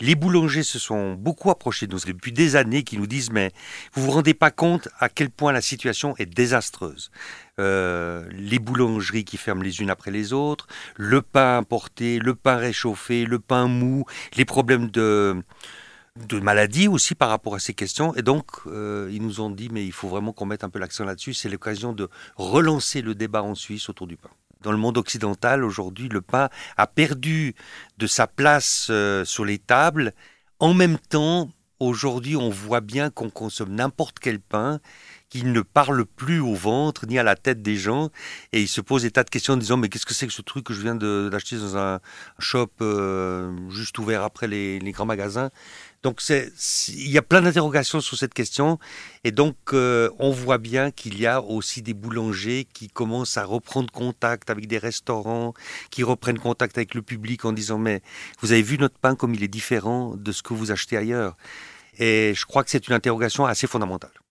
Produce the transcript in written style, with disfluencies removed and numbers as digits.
Les boulangers se sont beaucoup approchés de nous depuis des années, qui nous disent mais vous vous rendez pas compte à quel point la situation est désastreuse. Les boulangeries qui ferment les unes après les autres, le pain importé, le pain réchauffé, le pain mou, les problèmes de maladies aussi par rapport à ces questions. Et donc, ils nous ont dit, mais il faut vraiment qu'on mette un peu l'accent là-dessus. C'est l'occasion de relancer le débat en Suisse autour du pain. Dans le monde occidental, aujourd'hui, le pain a perdu de sa place sur les tables. En même temps, aujourd'hui, on voit bien qu'on consomme n'importe quel pain, qu'il ne parle plus au ventre ni à la tête des gens. Et ils se posent des tas de questions en disant, mais qu'est-ce que c'est que ce truc que je viens d'acheter dans un shop juste ouvert après les grands magasins? Donc il y a plein d'interrogations sur cette question et donc on voit bien qu'il y a aussi des boulangers qui commencent à reprendre contact avec des restaurants, qui reprennent contact avec le public en disant mais vous avez vu notre pain comme il est différent de ce que vous achetez ailleurs. Et je crois que c'est une interrogation assez fondamentale.